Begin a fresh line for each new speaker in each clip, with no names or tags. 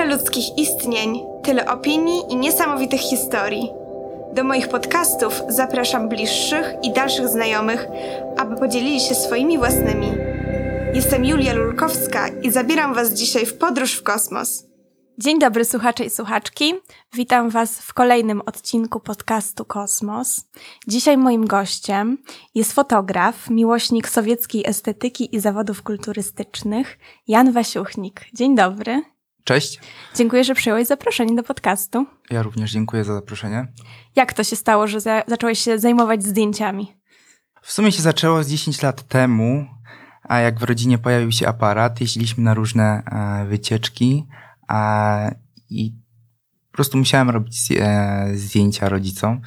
ludzkich istnień, tyle opinii i niesamowitych historii. Do moich podcastów zapraszam bliższych i dalszych znajomych, aby podzielili się swoimi własnymi. Jestem Julia Lulkowska i zabieram Was dzisiaj w podróż w kosmos. Dzień dobry słuchacze i słuchaczki. Witam Was w kolejnym odcinku podcastu Kosmos. Dzisiaj moim gościem jest fotograf, miłośnik sowieckiej estetyki i zawodów kulturystycznych, Jan Wasiuchnik. Dzień dobry.
Cześć.
Dziękuję, że przyjąłeś zaproszenie do podcastu.
Ja również dziękuję za zaproszenie.
Jak to się stało, że zacząłeś się zajmować zdjęciami?
W sumie się zaczęło z 10 lat temu, a jak w rodzinie pojawił się aparat, jeździliśmy na różne wycieczki i po prostu musiałem robić zdjęcia rodzicom.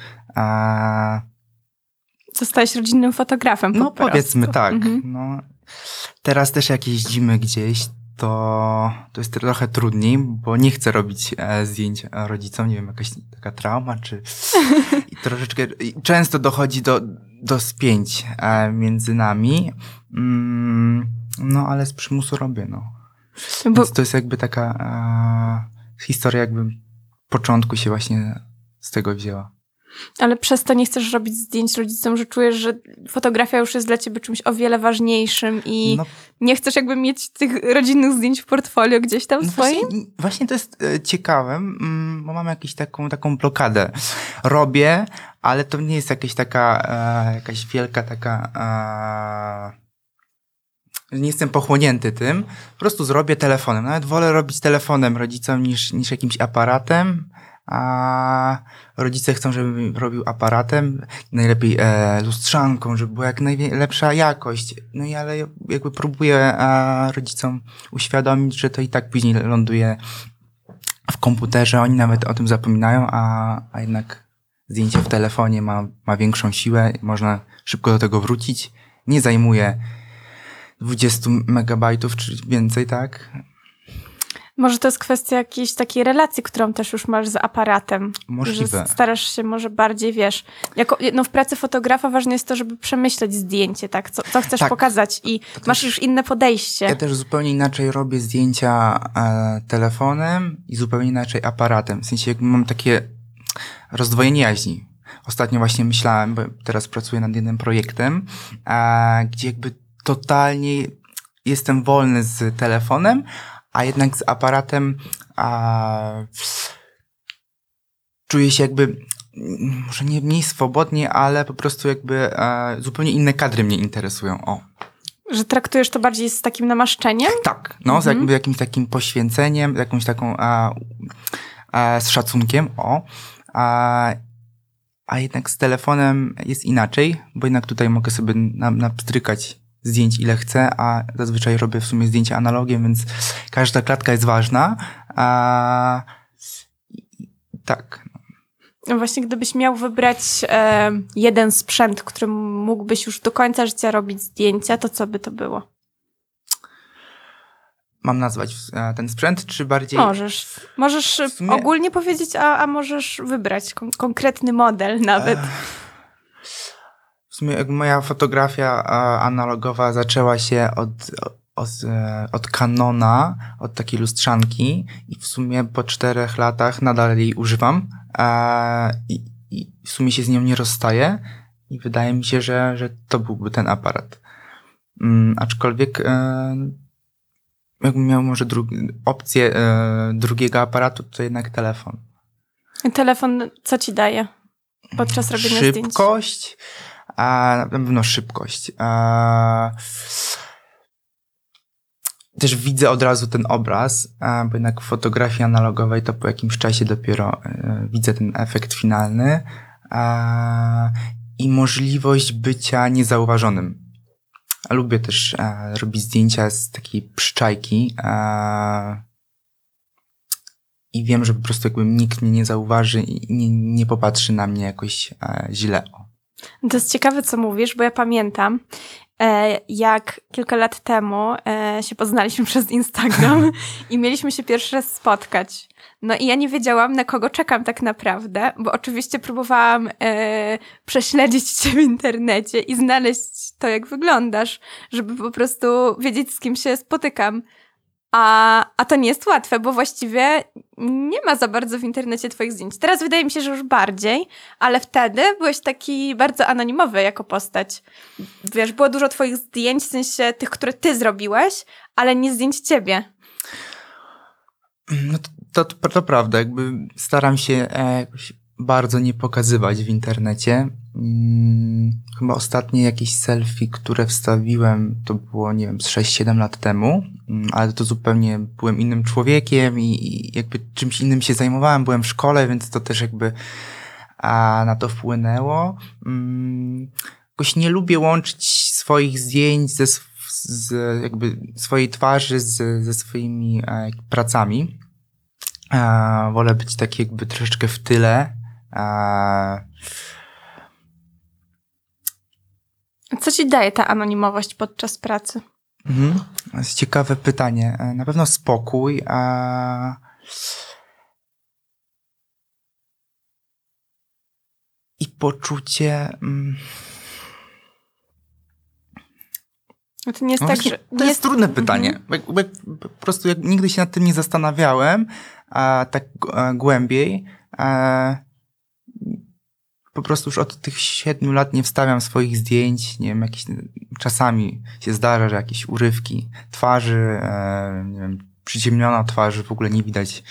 Zostałeś rodzinnym fotografem po prostu.
Powiedzmy tak. No, teraz też jak jeździmy gdzieś, to jest trochę trudniej, bo nie chcę robić zdjęć rodzicom, nie wiem, jakaś taka trauma, czy i troszeczkę często dochodzi do spięć między nami, no ale z przymusu robię, no. Więc to jest jakby taka historia jakby początku się właśnie z tego wzięła.
Ale przez to nie chcesz robić zdjęć rodzicom, że czujesz, że fotografia już jest dla ciebie czymś o wiele ważniejszym i nie chcesz jakby mieć tych rodzinnych zdjęć w portfolio gdzieś tam swoim?
Właśnie to jest ciekawe, bo mam jakąś taką blokadę. Robię, ale to nie jest jakaś wielka nie jestem pochłonięty tym. Po prostu zrobię telefonem. Nawet wolę robić telefonem rodzicom niż jakimś aparatem. A rodzice chcą, żebym robił aparatem, najlepiej lustrzanką, żeby była jak najlepsza jakość. No i ale jakby próbuję rodzicom uświadomić, że to i tak później ląduje w komputerze. Oni nawet o tym zapominają, a jednak zdjęcie w telefonie ma większą siłę. Można szybko do tego wrócić. Nie zajmuje 20 megabajtów czy więcej, tak?
Może to jest kwestia jakiejś takiej relacji, którą też już masz z aparatem.
Możliwe.
Że starasz się może bardziej, w pracy fotografa ważne jest to, żeby przemyśleć zdjęcie, tak? Co chcesz pokazać i masz już inne podejście.
Ja też zupełnie inaczej robię zdjęcia telefonem i zupełnie inaczej aparatem. W sensie jakby mam takie rozdwojenie jaźni. Ostatnio właśnie myślałem, bo teraz pracuję nad jednym projektem, gdzie jakby totalnie jestem wolny z telefonem, a jednak z aparatem czuję się jakby, może nie mniej swobodnie, ale po prostu jakby zupełnie inne kadry mnie interesują. O.
Że traktujesz to bardziej z takim namaszczeniem?
Tak, z jakby jakimś takim poświęceniem, jakąś taką z szacunkiem. A jednak z telefonem jest inaczej, bo jednak tutaj mogę sobie napstrykać zdjęć ile chcę, a zazwyczaj robię w sumie zdjęcia analogiem, więc każda klatka jest ważna. Tak.
No właśnie, gdybyś miał wybrać jeden sprzęt, którym mógłbyś już do końca życia robić zdjęcia, to co by to było?
Mam nazwać ten sprzęt, czy bardziej...
Możesz sumie... ogólnie powiedzieć, a możesz wybrać konkretny model nawet.
W sumie moja fotografia analogowa zaczęła się od Canona, od takiej lustrzanki i w sumie po 4 latach nadal jej używam i w sumie się z nią nie rozstaję i wydaje mi się, że to byłby ten aparat. Aczkolwiek jakbym miał może opcję drugiego aparatu, to jednak telefon.
Telefon co ci daje podczas robienia zdjęć?
Szybkość. Na pewno szybkość. Też widzę od razu ten obraz, bo jednak w fotografii analogowej to po jakimś czasie dopiero widzę ten efekt finalny i możliwość bycia niezauważonym. Lubię też robić zdjęcia z takiej przyczajki i wiem, że po prostu jakby nikt mnie nie zauważy i nie popatrzy na mnie jakoś źle.
To jest ciekawe, co mówisz, bo ja pamiętam, jak kilka lat temu się poznaliśmy przez Instagram i mieliśmy się pierwszy raz spotkać. No i ja nie wiedziałam, na kogo czekam tak naprawdę, bo oczywiście próbowałam prześledzić cię w internecie i znaleźć to, jak wyglądasz, żeby po prostu wiedzieć, z kim się spotykam. A to nie jest łatwe, bo właściwie nie ma za bardzo w internecie twoich zdjęć. Teraz wydaje mi się, że już bardziej, ale wtedy byłeś taki bardzo anonimowy jako postać. Wiesz, było dużo twoich zdjęć, w sensie tych, które ty zrobiłeś, ale nie zdjęć ciebie.
No to prawda, jakby staram się jakoś bardzo nie pokazywać w internecie. Chyba ostatnie jakieś selfie, które wstawiłem, to było, nie wiem, z 6-7 lat temu, ale to zupełnie byłem innym człowiekiem i jakby czymś innym się zajmowałem, byłem w szkole, więc to też jakby na to wpłynęło. Jakoś nie lubię łączyć swoich zdjęć z jakby swojej twarzy ze swoimi pracami. Wolę być taki jakby troszeczkę w tyle.
Co ci daje ta anonimowość podczas pracy?
To jest ciekawe pytanie. Na pewno spokój. I poczucie...
To nie jest tak, że...
To jest trudne pytanie. Po prostu nigdy się nad tym nie zastanawiałem tak głębiej. Po prostu już od tych 7 lat nie wstawiam swoich zdjęć. Nie wiem, czasami się zdarza, że jakieś urywki twarzy, nie wiem, przyciemniona twarzy, w ogóle nie widać.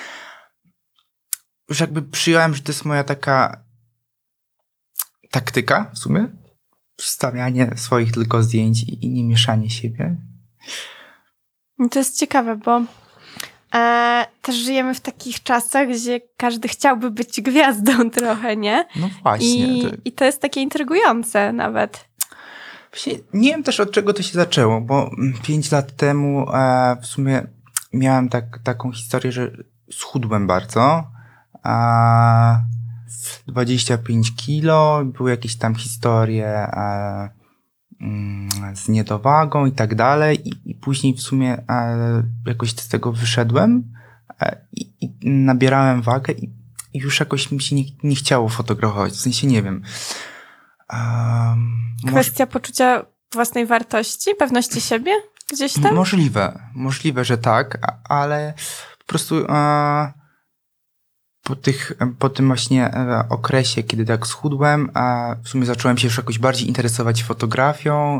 Już jakby przyjąłem, że to jest moja taka taktyka w sumie. Wstawianie swoich tylko zdjęć i nie mieszanie siebie.
To jest ciekawe, bo też żyjemy w takich czasach, gdzie każdy chciałby być gwiazdą trochę, nie?
No właśnie.
I to jest takie intrygujące nawet.
Nie wiem też, od czego to się zaczęło, bo 5 lat temu w sumie miałem taką historię, że schudłem bardzo. 25 kilo, były jakieś tam historie z niedowagą i tak dalej i później w sumie jakoś z tego wyszedłem i nabierałem wagę i już jakoś mi się nie chciało fotografować, w sensie nie wiem.
Kwestia poczucia własnej wartości, pewności siebie gdzieś tam?
Możliwe, że tak, ale po prostu po tym właśnie okresie, kiedy tak schudłem, w sumie zacząłem się już jakoś bardziej interesować fotografią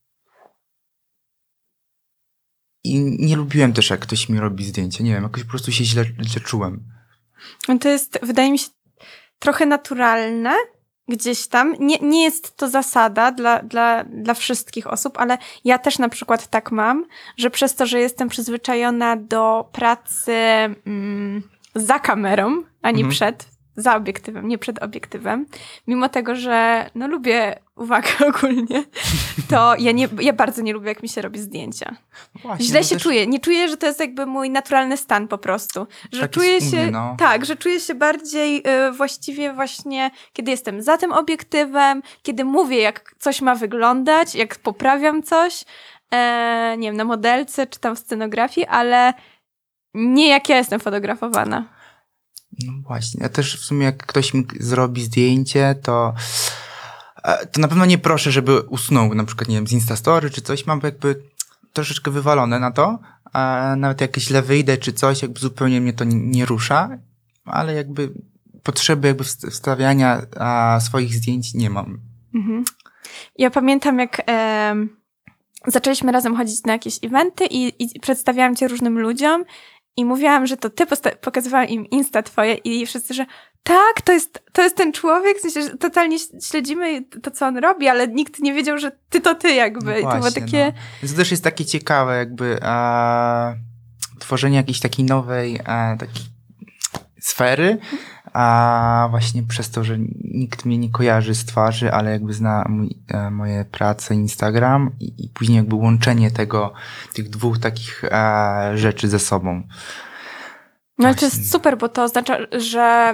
i nie lubiłem też, jak ktoś mi robi zdjęcia. Nie wiem, jakoś po prostu się źle czułem.
To jest, wydaje mi się, trochę naturalne gdzieś tam. Nie jest to zasada dla wszystkich osób, ale ja też na przykład tak mam, że przez to, że jestem przyzwyczajona do pracy za kamerą, a nie za obiektywem, nie przed obiektywem. Mimo tego, że lubię uwagę ogólnie, to ja bardzo nie lubię, jak mi się robi zdjęcia.
Właśnie,
źle się czuję. Nie czuję, że to jest jakby mój naturalny stan po prostu. Że czuję się, tak, że czuję się bardziej właściwie właśnie, kiedy jestem za tym obiektywem, kiedy mówię, jak coś ma wyglądać, jak poprawiam coś, nie wiem, na modelce czy tam w scenografii, ale nie jak ja jestem fotografowana.
No właśnie. Ja też w sumie jak ktoś mi zrobi zdjęcie, to na pewno nie proszę, żeby usunął na przykład, nie wiem, z Instastory czy coś. Mam jakby troszeczkę wywalone na to. Nawet jak źle wyjdę czy coś, jakby zupełnie mnie to nie rusza. Ale jakby potrzeby jakby wstawiania swoich zdjęć nie mam. Mhm.
Ja pamiętam, jak zaczęliśmy razem chodzić na jakieś eventy i przedstawiałam cię różnym ludziom i mówiłam, że to ty, pokazywałam im Insta twoje i wszyscy, że tak, to jest ten człowiek, w sensie, że totalnie śledzimy to, co on robi, ale nikt nie wiedział, że to ty jakby.
No właśnie,
to było takie...
To też jest takie ciekawe jakby tworzenie jakiejś takiej nowej takiej sfery, a właśnie przez to, że nikt mnie nie kojarzy z twarzy, ale jakby zna moje prace, Instagram i później jakby łączenie tych dwóch takich rzeczy ze sobą.
No ale to jest super, bo to oznacza, że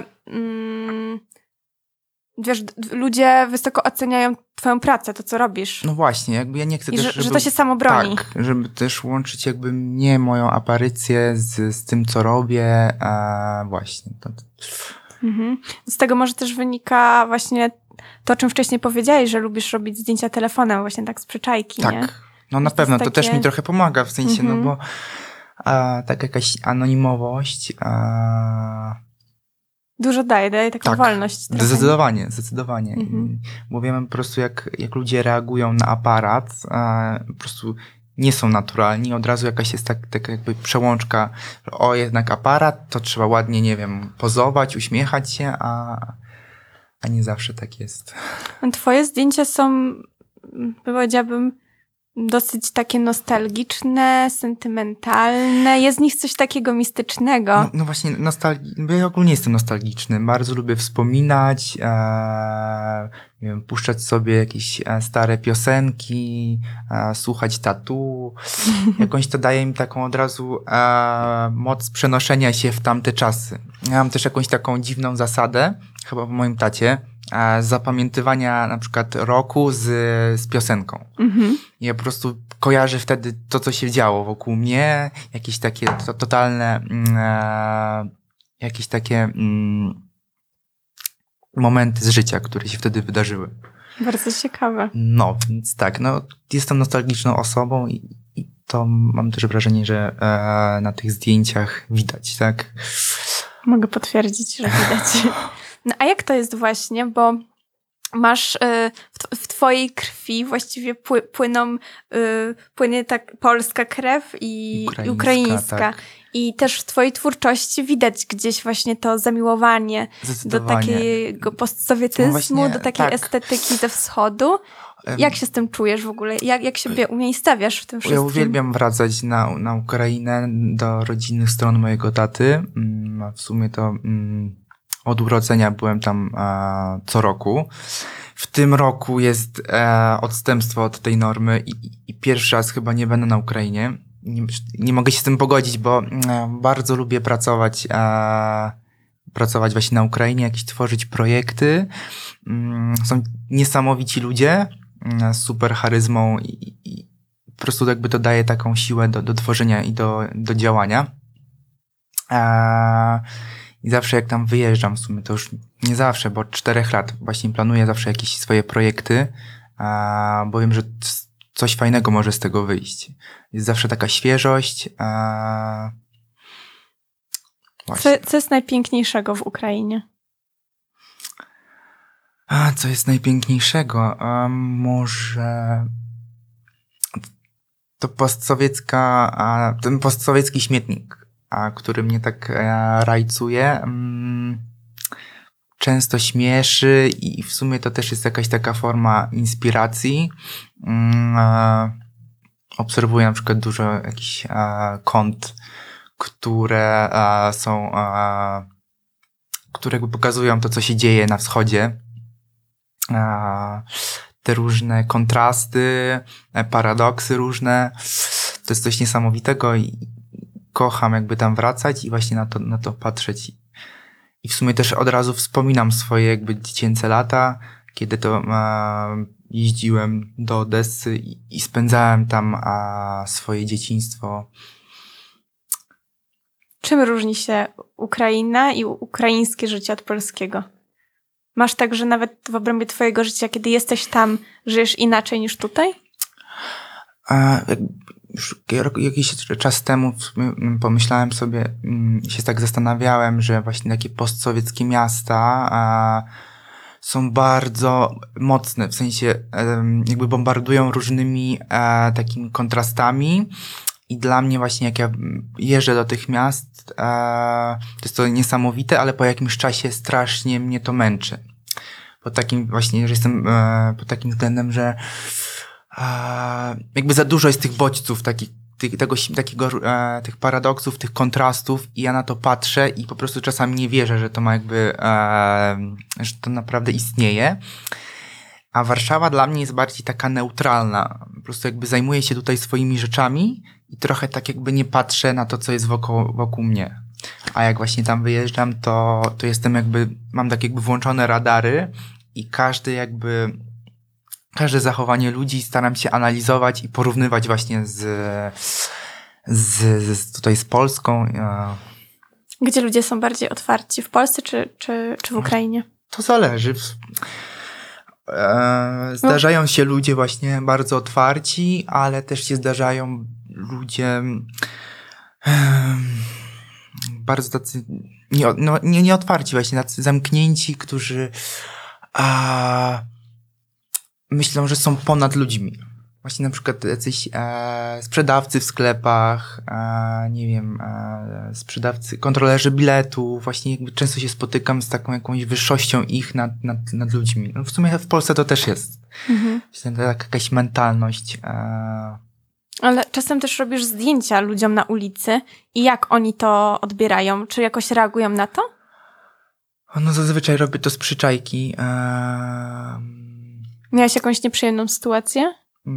wiesz, ludzie wysoko oceniają twoją pracę, to co robisz.
No właśnie, jakby ja nie chcę
i
też,
że to się samo broni.
Tak, żeby też łączyć jakby mnie, moją aparycję z tym, co robię, właśnie.
Mhm. Z tego może też wynika właśnie to, o czym wcześniej powiedziałeś, że lubisz robić zdjęcia telefonem, właśnie tak z przyczajki,
tak.
nie?
No na pewno, to też mi trochę pomaga, w sensie, no bo Tak jakaś anonimowość.
Dużo daje taką
Tak,
wolność. Trochę.
Zdecydowanie.
Mhm.
Bo wiemy po prostu, jak ludzie reagują na aparat, po prostu nie są naturalni. Od razu jakaś jest taka jakby przełączka, że jednak aparat, to trzeba ładnie, nie wiem, pozować, uśmiechać się, a nie zawsze tak jest.
Twoje zdjęcia są, powiedziałabym, dosyć takie nostalgiczne, sentymentalne. Jest w nich coś takiego mistycznego.
No właśnie, ja ogólnie jestem nostalgiczny. Bardzo lubię wspominać, nie wiem, puszczać sobie jakieś stare piosenki, słuchać tatu. Jakąś to daje mi taką od razu moc przenoszenia się w tamte czasy. Ja mam też jakąś taką dziwną zasadę, chyba po moim tacie, zapamiętywania na przykład roku z piosenką.
Mhm.
Ja po prostu kojarzę wtedy to, co się działo wokół mnie, jakieś takie totalne, jakieś takie momenty z życia, które się wtedy wydarzyły.
Bardzo ciekawe.
No, więc tak, jestem nostalgiczną osobą i to mam też wrażenie, że na tych zdjęciach widać, tak?
Mogę potwierdzić, że widać. No a jak to jest właśnie, bo masz w twojej krwi właściwie płynie tak polska krew i ukraińska. Tak. I też w twojej twórczości widać gdzieś właśnie to zamiłowanie do takiego postsowietyzmu, właśnie, do takiej estetyki ze wschodu. Jak się z tym czujesz w ogóle? Jak siebie umiejscawiasz w tym wszystkim?
Ja uwielbiam wracać na Ukrainę, do rodzinnych stron mojego taty. W sumie to od urodzenia byłem tam co roku. W tym roku jest odstępstwo od tej normy i pierwszy raz chyba nie będę na Ukrainie. Nie mogę się z tym pogodzić, bo bardzo lubię pracować właśnie na Ukrainie, jakieś tworzyć projekty. Są niesamowici ludzie, super charyzmą i po prostu jakby to daje taką siłę do tworzenia i do działania. I zawsze jak tam wyjeżdżam, w sumie to już nie zawsze, bo od 4 lat właśnie planuję zawsze jakieś swoje projekty, bo wiem, że coś fajnego może z tego wyjść. Jest zawsze taka świeżość.
Co jest najpiękniejszego w Ukrainie?
Co jest najpiękniejszego? Może to ten postsowiecki śmietnik, który mnie tak rajcuje, często śmieszy i w sumie to też jest jakaś taka forma inspiracji. Obserwuję na przykład dużo jakichś kont, które są, które jakby pokazują to, co się dzieje na wschodzie. Te różne kontrasty, paradoksy różne. To jest coś niesamowitego i kocham jakby tam wracać i właśnie na to patrzeć. I w sumie też od razu wspominam swoje jakby dziecięce lata, kiedy to jeździłem do Odessy i spędzałem tam swoje dzieciństwo.
Czym różni się Ukraina i ukraińskie życie od polskiego? Masz tak, że nawet w obrębie twojego życia, kiedy jesteś tam, żyjesz inaczej niż tutaj?
Już jakiś czas temu pomyślałem sobie, się tak zastanawiałem, że właśnie takie postsowieckie miasta są bardzo mocne, w sensie jakby bombardują różnymi takimi kontrastami i dla mnie właśnie jak ja jeżdżę do tych miast, to jest to niesamowite, ale po jakimś czasie strasznie mnie to męczy. Pod takim właśnie, że jestem pod takim względem, że jakby za dużo jest tych bodźców, tych paradoksów, tych kontrastów i ja na to patrzę i po prostu czasami nie wierzę, że to ma jakby, że to naprawdę istnieje. A Warszawa dla mnie jest bardziej taka neutralna. Po prostu jakby zajmuję się tutaj swoimi rzeczami i trochę tak jakby nie patrzę na to, co jest wokół mnie. A jak właśnie tam wyjeżdżam, to jestem jakby, mam tak jakby włączone radary i każde zachowanie ludzi staram się analizować i porównywać właśnie tutaj z Polską.
Gdzie ludzie są bardziej otwarci? W Polsce czy w Ukrainie?
To zależy. Zdarzają się ludzie właśnie bardzo otwarci, ale też się zdarzają ludzie Bardzo tacy nieotwarci właśnie, tacy zamknięci, którzy myślą, że są ponad ludźmi. Właśnie na przykład jacyś sprzedawcy w sklepach, nie wiem, sprzedawcy, kontrolerzy biletów, właśnie jakby często się spotykam z taką jakąś wyższością ich nad ludźmi. No w sumie w Polsce to też jest. Właśnie taka jakaś mentalność.
Ale czasem też robisz zdjęcia ludziom na ulicy i jak oni to odbierają? Czy jakoś reagują na to?
No zazwyczaj robię to z przyczajki.
Miałeś jakąś nieprzyjemną sytuację?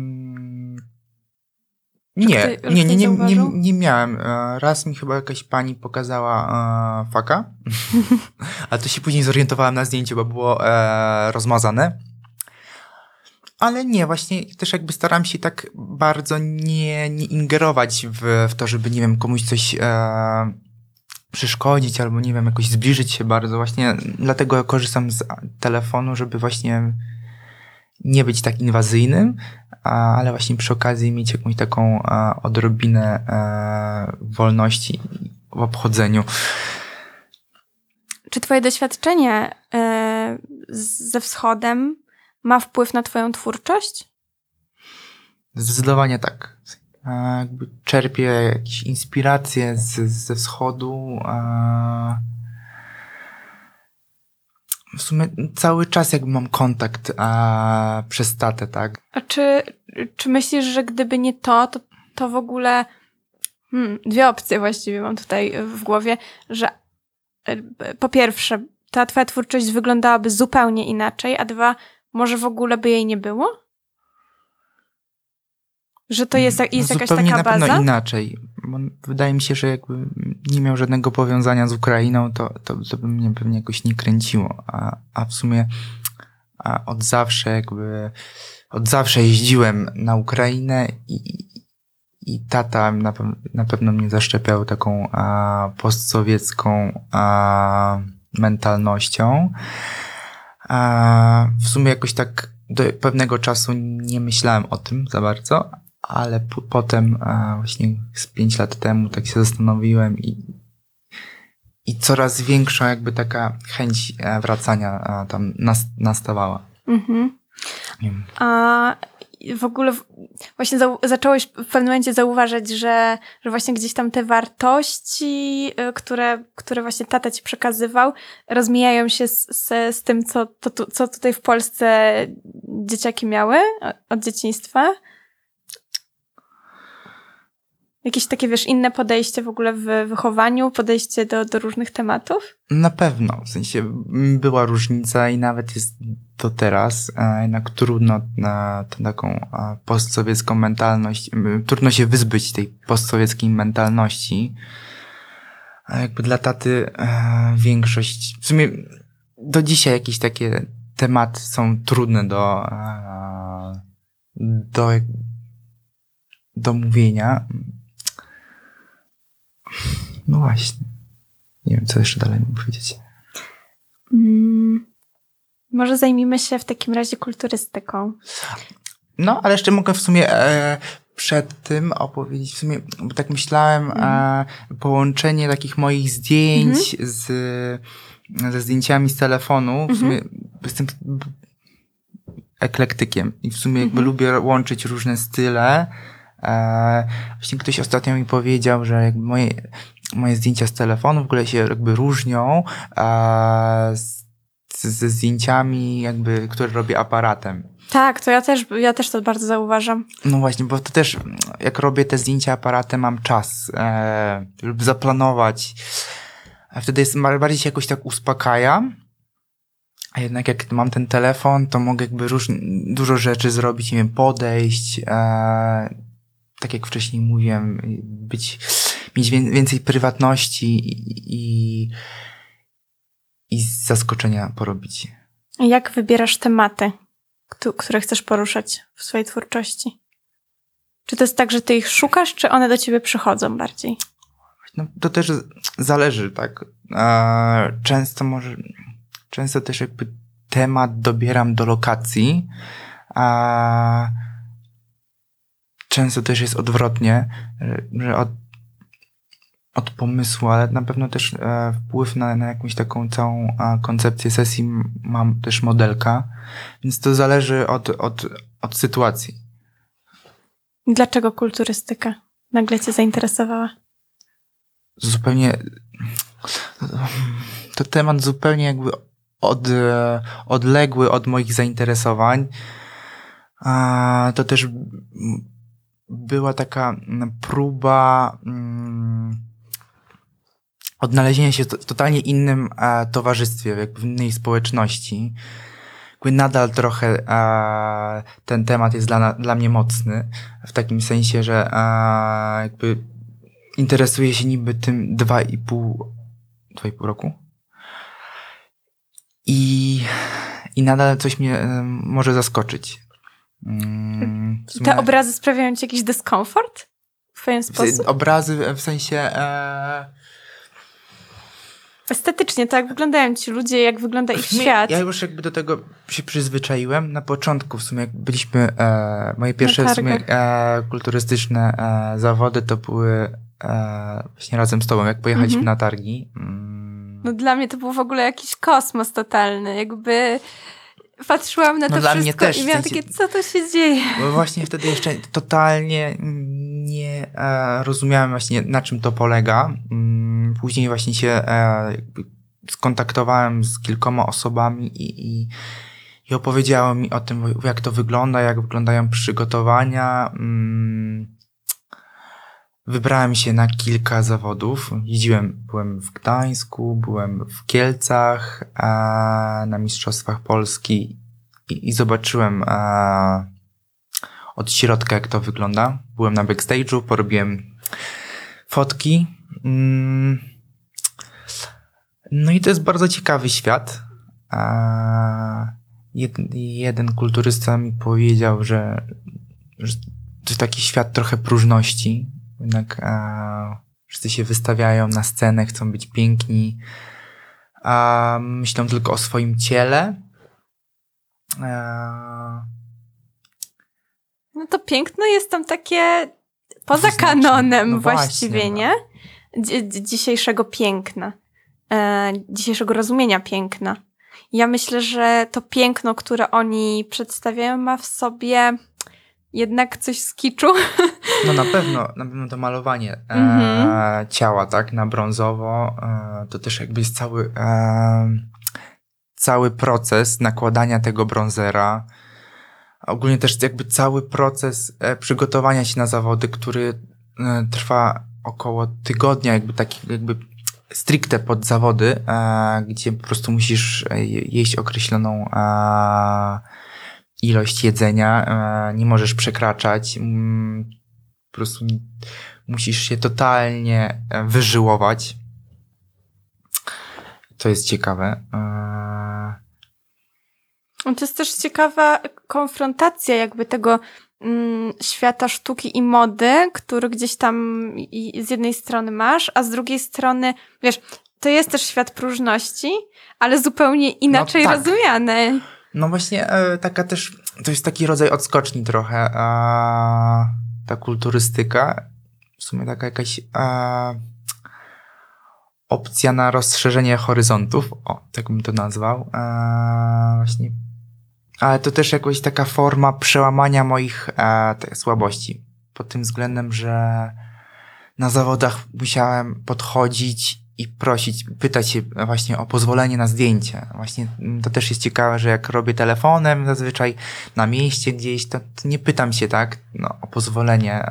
Nie miałem. Raz mi chyba jakaś pani pokazała faka, ale to się później zorientowałem na zdjęciu, bo było rozmazane. Ale nie, właśnie też jakby staram się tak bardzo nie ingerować w to, żeby, nie wiem, komuś coś przeszkodzić albo, nie wiem, jakoś zbliżyć się bardzo. Właśnie dlatego korzystam z telefonu, żeby właśnie nie być tak inwazyjnym, ale właśnie przy okazji mieć jakąś taką odrobinę wolności w obchodzeniu.
Czy twoje doświadczenie ze wschodem ma wpływ na twoją twórczość?
Zdecydowanie tak. Jakby czerpię jakieś inspiracje ze wschodu. W sumie cały czas jakby mam kontakt przez tatę, tak?
A czy myślisz, że gdyby nie to w ogóle... dwie opcje właściwie mam tutaj w głowie, że po pierwsze, ta twoja twórczość wyglądałaby zupełnie inaczej, a dwa, może w ogóle by jej nie było? Że to jest jakaś
zupełnie
taka baza?
na pewno inaczej. Bo wydaje mi się, że jakby nie miał żadnego powiązania z Ukrainą, to by mnie pewnie jakoś nie kręciło. A w sumie od zawsze jeździłem na Ukrainę i tata na pewno mnie zaszczepiał taką postsowiecką mentalnością. W sumie jakoś tak do pewnego czasu nie myślałem o tym za bardzo, ale potem właśnie z 5 lat temu tak się zastanowiłem i coraz większa jakby taka chęć wracania tam nastawała.
Mhm. A w ogóle właśnie zacząłeś w pewnym momencie zauważać, że właśnie gdzieś tam te wartości, które właśnie tata ci przekazywał, rozmijają się z tym, co tutaj w Polsce dzieciaki miały od dzieciństwa? Jakieś takie, inne podejście w ogóle w wychowaniu, podejście do różnych tematów?
Na pewno, w sensie była różnica i nawet jest do teraz, jednak trudno na tę taką postsowiecką mentalność, trudno się wyzbyć tej postsowieckiej mentalności. A jakby dla taty większość, w sumie do dzisiaj jakieś takie tematy są trudne do mówienia. No właśnie. Nie wiem, co jeszcze dalej mam powiedzieć.
Może zajmijmy się w takim razie kulturystyką.
No, ale jeszcze mogę w sumie przed tym opowiedzieć, w sumie, bo tak myślałem, połączenie takich moich zdjęć ze zdjęciami z telefonu. W sumie jestem eklektykiem i w sumie jakby lubię łączyć różne style. Właśnie ktoś ostatnio mi powiedział, że jakby moje zdjęcia z telefonu w ogóle się jakby różnią ze zdjęciami jakby, które robię aparatem.
Tak, to ja też to bardzo zauważam.
No właśnie, bo to też jak robię te zdjęcia aparatem, mam czas lub zaplanować. A wtedy bardziej się jakoś tak uspokaja. A jednak jak mam ten telefon, to mogę jakby dużo rzeczy zrobić, nie wiem, podejść, tak jak wcześniej mówiłem, mieć więcej prywatności i z zaskoczenia porobić.
A jak wybierasz tematy, które chcesz poruszać w swojej twórczości? Czy to jest tak, że ty ich szukasz, czy one do ciebie przychodzą bardziej?
No, to też zależy, tak. Często też jakby temat dobieram do lokacji, a często też jest odwrotnie, że od pomysłu, ale na pewno też wpływ na jakąś taką całą koncepcję sesji mam też modelka, więc to zależy od sytuacji.
Dlaczego kulturystyka nagle cię zainteresowała?
Zupełnie to temat zupełnie jakby odległy od moich zainteresowań. To też była taka próba odnalezienia się w totalnie innym towarzystwie, jakby w innej społeczności. Jakby nadal trochę ten temat jest dla mnie mocny, w takim sensie, że jakby interesuję się niby tym 2,5 roku i nadal coś mnie może zaskoczyć.
Te obrazy sprawiają ci jakiś dyskomfort w pewien sposób?
Obrazy w sensie...
Estetycznie, to jak wyglądają ci ludzie, jak wygląda ich świat.
Ja już jakby do tego się przyzwyczaiłem. Na początku w sumie jak byliśmy... moje pierwsze w sumie kulturystyczne zawody to były właśnie razem z tobą, jak pojechaliśmy na targi.
No dla mnie to był w ogóle jakiś kosmos totalny. Jakby patrzyłam na to
dla
wszystko
mnie też,
i miałam takie, co to się dzieje?
Bo właśnie wtedy jeszcze totalnie nie rozumiałem właśnie, na czym to polega. Później właśnie się jakby skontaktowałem z kilkoma osobami i opowiedziało mi o tym, jak to wygląda, jak wyglądają przygotowania. Wybrałem się na kilka zawodów. Byłem w Gdańsku, byłem w Kielcach na Mistrzostwach Polski i zobaczyłem od środka, jak to wygląda. Byłem na backstage'u, porobiłem fotki. No i to jest bardzo ciekawy świat. Jeden kulturysta mi powiedział, że to jest taki świat trochę próżności. Jednak wszyscy się wystawiają na scenę, chcą być piękni, myślą tylko o swoim ciele.
No to piękno jest tam takie poza kanonem
no
właściwie,
właśnie,
nie? Dzisiejszego piękna. Dzisiejszego rozumienia piękna. Ja myślę, że to piękno, które oni przedstawiają, ma w sobie jednak coś z kiczu.
No na pewno to malowanie ciała, tak, na brązowo, to też jakby jest cały proces nakładania tego brązera. Ogólnie też jakby cały proces przygotowania się na zawody, który trwa około tygodnia, jakby taki jakby stricte pod zawody, gdzie po prostu musisz jeść określoną ilość jedzenia, nie możesz przekraczać, po prostu musisz się totalnie wyżyłować. To jest ciekawe.
To jest też ciekawa konfrontacja jakby tego świata sztuki i mody, który gdzieś tam z jednej strony masz, a z drugiej strony, wiesz, to jest też świat próżności, ale zupełnie inaczej rozumiany.
No właśnie, taka też, to jest taki rodzaj odskoczni trochę, ta kulturystyka, w sumie taka jakaś opcja na rozszerzenie horyzontów, tak bym to nazwał, właśnie, ale to też jakaś taka forma przełamania moich słabości, pod tym względem, że na zawodach musiałem podchodzić i pytać się właśnie o pozwolenie na zdjęcie. Właśnie to też jest ciekawe, że jak robię telefonem zazwyczaj na mieście gdzieś, to nie pytam się, tak, o pozwolenie.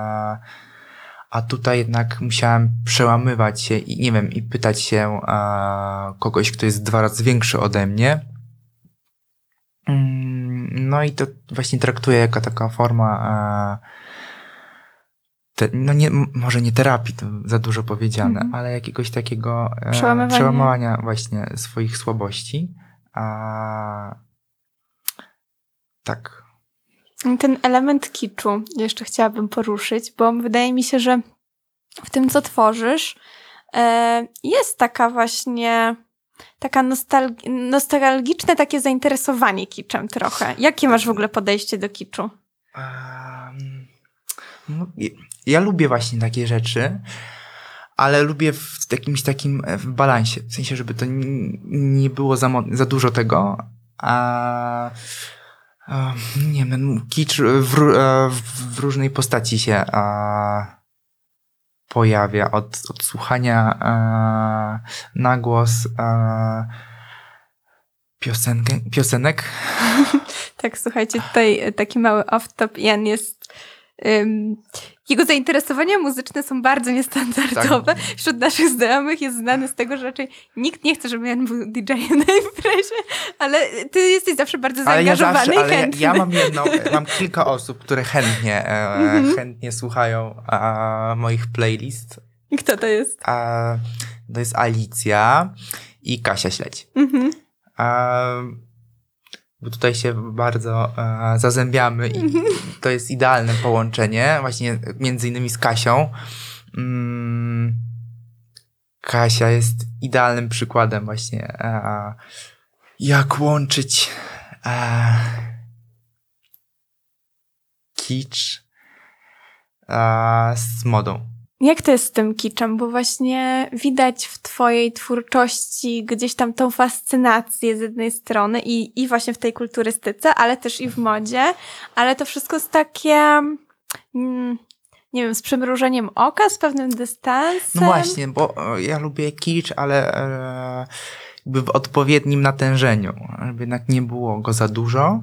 A tutaj jednak musiałem przełamywać się i nie wiem, i pytać się kogoś, kto jest 2 razy większy ode mnie. No i to właśnie traktuję jako taka forma może nie terapii, to za dużo powiedziane, ale jakiegoś takiego przełamywania właśnie swoich słabości. Tak.
Ten element kiczu jeszcze chciałabym poruszyć, bo wydaje mi się, że w tym, co tworzysz, jest taka właśnie taka nostalgiczne takie zainteresowanie kiczem trochę. Jakie masz w ogóle podejście do kiczu?
Ja lubię właśnie takie rzeczy, ale lubię w jakimś takim w balansie. W sensie, żeby to nie było za dużo tego. Nie wiem, kicz w różnej postaci się pojawia. Od słuchania na głos piosenek.
Tak, słuchajcie, tutaj taki mały off-top. Jan jest... jego zainteresowania muzyczne są bardzo niestandardowe. Tak. Wśród naszych znajomych jest znany z tego, że raczej nikt nie chce, żeby Jan był DJ-em na imprezie, ale ty jesteś zawsze bardzo zaangażowany i chętny.
Ja mam kilka osób, które chętnie słuchają moich playlist.
I kto to jest?
To jest Alicja i Kasia Śledź. Bo tutaj się bardzo zazębiamy i to jest idealne połączenie właśnie między innymi z Kasią. Kasia jest idealnym przykładem właśnie jak łączyć kicz z modą.
Jak to jest z tym kiczem? Bo właśnie widać w twojej twórczości gdzieś tam tą fascynację z jednej strony i właśnie w tej kulturystyce, ale też i w modzie, ale to wszystko jest takie, nie wiem, z przymrużeniem oka, z pewnym dystansem.
No właśnie, bo ja lubię kicz, ale jakby w odpowiednim natężeniu, żeby jednak nie było go za dużo.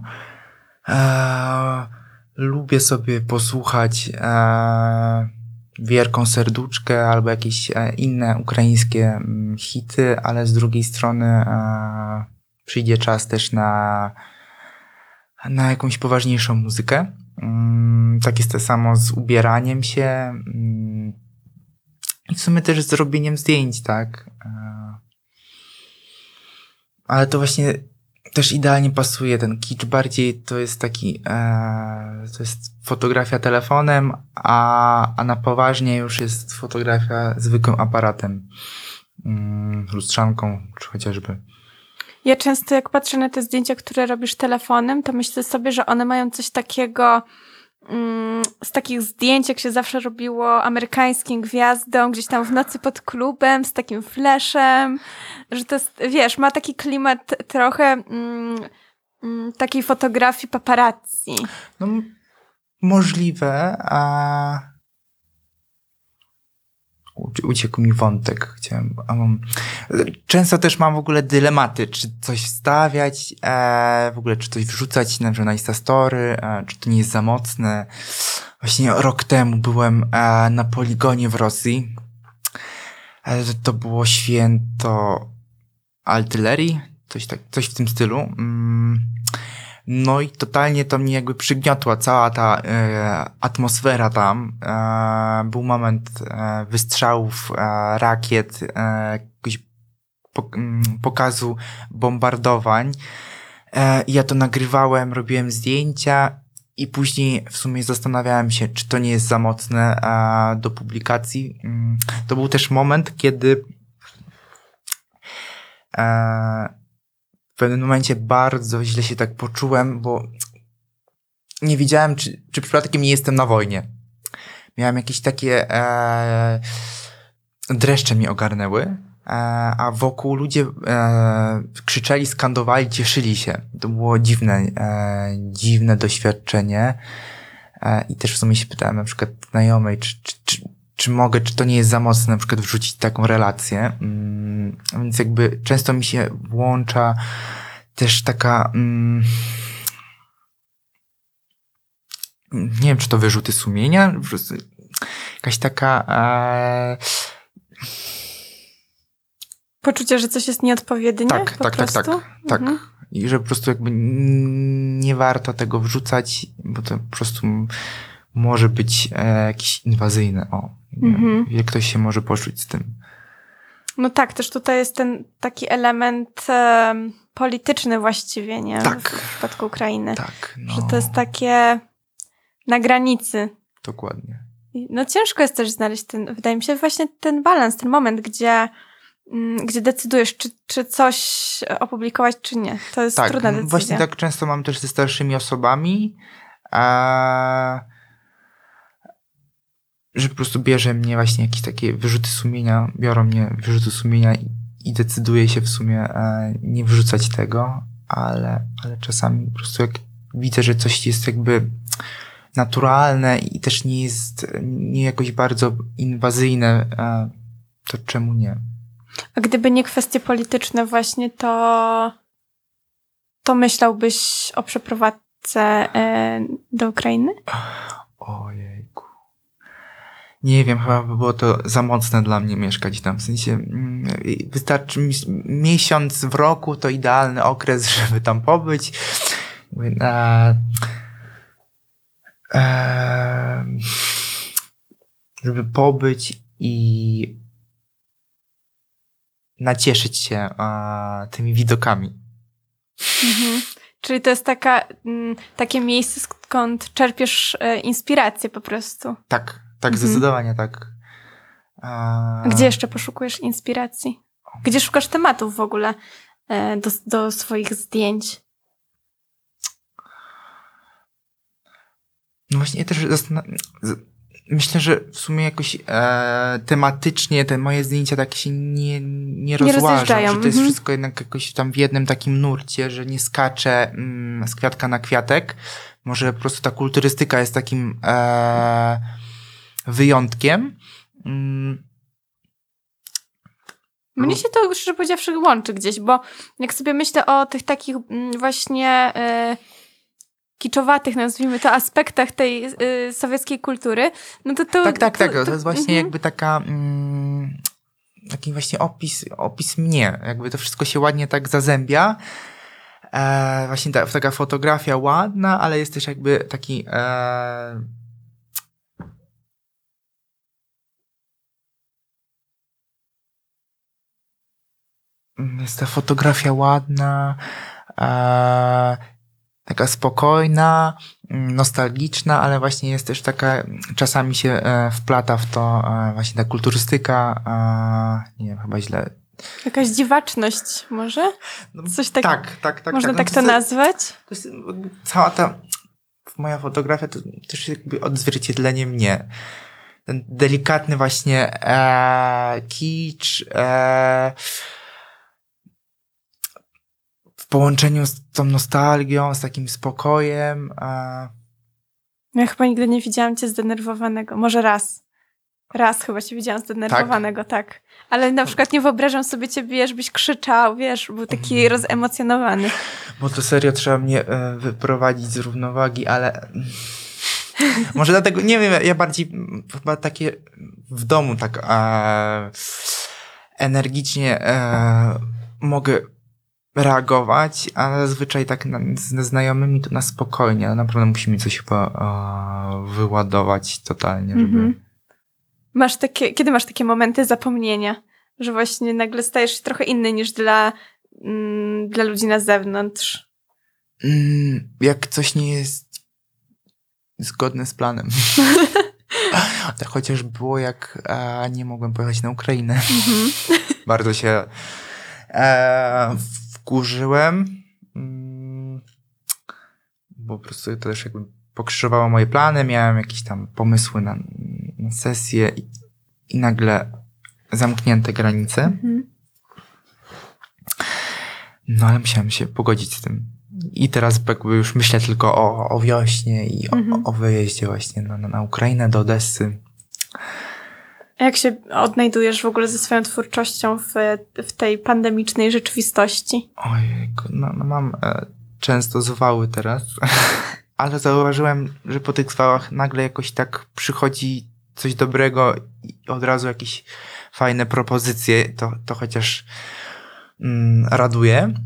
Lubię sobie posłuchać Wierką Serduczkę albo jakieś inne ukraińskie hity, ale z drugiej strony przyjdzie czas też na jakąś poważniejszą muzykę. Tak jest to samo z ubieraniem się i w sumie też z robieniem zdjęć, tak? Ale to właśnie też idealnie pasuje ten kicz. Bardziej to jest taki to jest fotografia telefonem, a na poważnie już jest fotografia zwykłym aparatem, lustrzanką, czy chociażby.
Ja często jak patrzę na te zdjęcia, które robisz telefonem, to myślę sobie, że one mają coś takiego z takich zdjęć, jak się zawsze robiło amerykańskim gwiazdom, gdzieś tam w nocy pod klubem, z takim fleszem, że to jest, wiesz, ma taki klimat trochę takiej fotografii paparazzi.
No, możliwe, a uciekł mi wątek. Często też mam w ogóle dylematy, czy coś wstawiać, w ogóle czy coś wrzucać na przykład na Instastory, czy to nie jest za mocne. Właśnie rok temu byłem na poligonie w Rosji. To było święto artylerii, coś w tym stylu. No i totalnie to mnie jakby przygniotła cała ta atmosfera tam. Był moment wystrzałów, rakiet, jakiegoś pokazu bombardowań. Ja to nagrywałem, robiłem zdjęcia i później w sumie zastanawiałem się, czy to nie jest za mocne do publikacji. To był też moment, kiedy w pewnym momencie bardzo źle się tak poczułem, bo nie wiedziałem, czy przypadkiem nie jestem na wojnie. Miałem jakieś takie dreszcze mnie ogarnęły, a wokół ludzie krzyczeli, skandowali, cieszyli się. To było dziwne doświadczenie. I też w sumie się pytałem na przykład znajomej, czy mogę, czy to nie jest za mocne na przykład wrzucić taką relację. Więc jakby często mi się włącza też taka nie wiem, czy to wyrzuty sumienia, po prostu jakaś taka
poczucie, że coś jest nieodpowiednie?
Tak. Mhm. I że po prostu jakby nie warto tego wrzucać, bo to po prostu może być jakieś inwazyjne. Jak ktoś się może poczuć z tym.
No tak, też tutaj jest ten taki element polityczny właściwie, nie?
Tak.
W przypadku Ukrainy.
Tak. No.
Że to jest takie na granicy.
Dokładnie.
No ciężko jest też znaleźć wydaje mi się, właśnie ten balans, ten moment, gdzie decydujesz, czy coś opublikować, czy nie. To jest trudna decyzja.
Właśnie tak często mam też ze starszymi osobami, że po prostu bierze mnie właśnie jakieś takie wyrzuty sumienia, biorą mnie wyrzuty sumienia i decyduję się w sumie nie wrzucać tego, ale czasami po prostu jak widzę, że coś jest jakby naturalne i też nie jakoś bardzo inwazyjne, to czemu nie?
A gdyby nie kwestie polityczne właśnie, to myślałbyś o przeprowadzce do Ukrainy?
Ojejku. Nie wiem, chyba by było to za mocne dla mnie mieszkać tam. W sensie wystarczy miesiąc w roku, to idealny okres, żeby tam pobyć. Żeby pobyć i nacieszyć się tymi widokami.
Mhm. Czyli to jest takie miejsce, skąd czerpiesz inspirację po prostu.
Tak, zdecydowanie tak.
Gdzie jeszcze poszukujesz inspiracji? Gdzie szukasz tematów w ogóle do swoich zdjęć?
No właśnie, ja też myślę, że w sumie jakoś tematycznie te moje zdjęcia tak się nie rozłażą, że to jest wszystko jednak jakoś tam w jednym takim nurcie, że nie skaczę z kwiatka na kwiatek. Może po prostu ta kulturystyka jest takim wyjątkiem.
Mnie się to, szczerze powiedziawszy, łączy gdzieś, bo jak sobie myślę o tych takich właśnie kiczowatych, nazwijmy to, aspektach tej sowieckiej kultury, no to...
Tak. To jest właśnie jakby taki właśnie opis mnie. Jakby to wszystko się ładnie tak zazębia. Właśnie taka fotografia ładna, ale jest też jakby taki... Jest ta fotografia ładna, taka spokojna, nostalgiczna, ale właśnie jest też taka, czasami się wplata w to właśnie ta kulturystyka, nie wiem, chyba źle.
Jakaś dziwaczność może? Coś tak.
Tak.
Można tak to nazwać?
To jest cała ta moja fotografia to też jakby odzwierciedlenie mnie. Ten delikatny właśnie kicz, w połączeniu z tą nostalgią, z takim spokojem.
Ja chyba nigdy nie widziałam cię zdenerwowanego. Może raz. Raz chyba cię widziałam zdenerwowanego, tak. Ale na przykład nie wyobrażam sobie ciebie, żebyś krzyczał, wiesz, był taki rozemocjonowany.
Bo to serio trzeba mnie wyprowadzić z równowagi, ale... Może dlatego, nie wiem, ja bardziej chyba takie w domu tak energicznie mogę reagować, a zazwyczaj tak ze znajomymi to na spokojnie, ale naprawdę musimy coś chyba wyładować totalnie, żeby...
Kiedy masz takie momenty zapomnienia, że właśnie nagle stajesz się trochę inny niż dla ludzi na zewnątrz?
Jak coś nie jest zgodne z planem. Tak chociaż było, jak nie mogłem pojechać na Ukrainę. Bardzo się wkurzyłem, bo po prostu to też jakby pokrzyżowało moje plany, miałem jakieś tam pomysły na sesję i nagle zamknięte granice. No ale musiałem się pogodzić z tym. I teraz jakby już myślę tylko o wiośnie i o wyjeździe właśnie na Ukrainę, do Odessy.
A jak się odnajdujesz w ogóle ze swoją twórczością w tej pandemicznej rzeczywistości?
Ojejku, no mam często zwały teraz, ale zauważyłem, że po tych zwałach nagle jakoś tak przychodzi coś dobrego i od razu jakieś fajne propozycje, to chociaż raduje.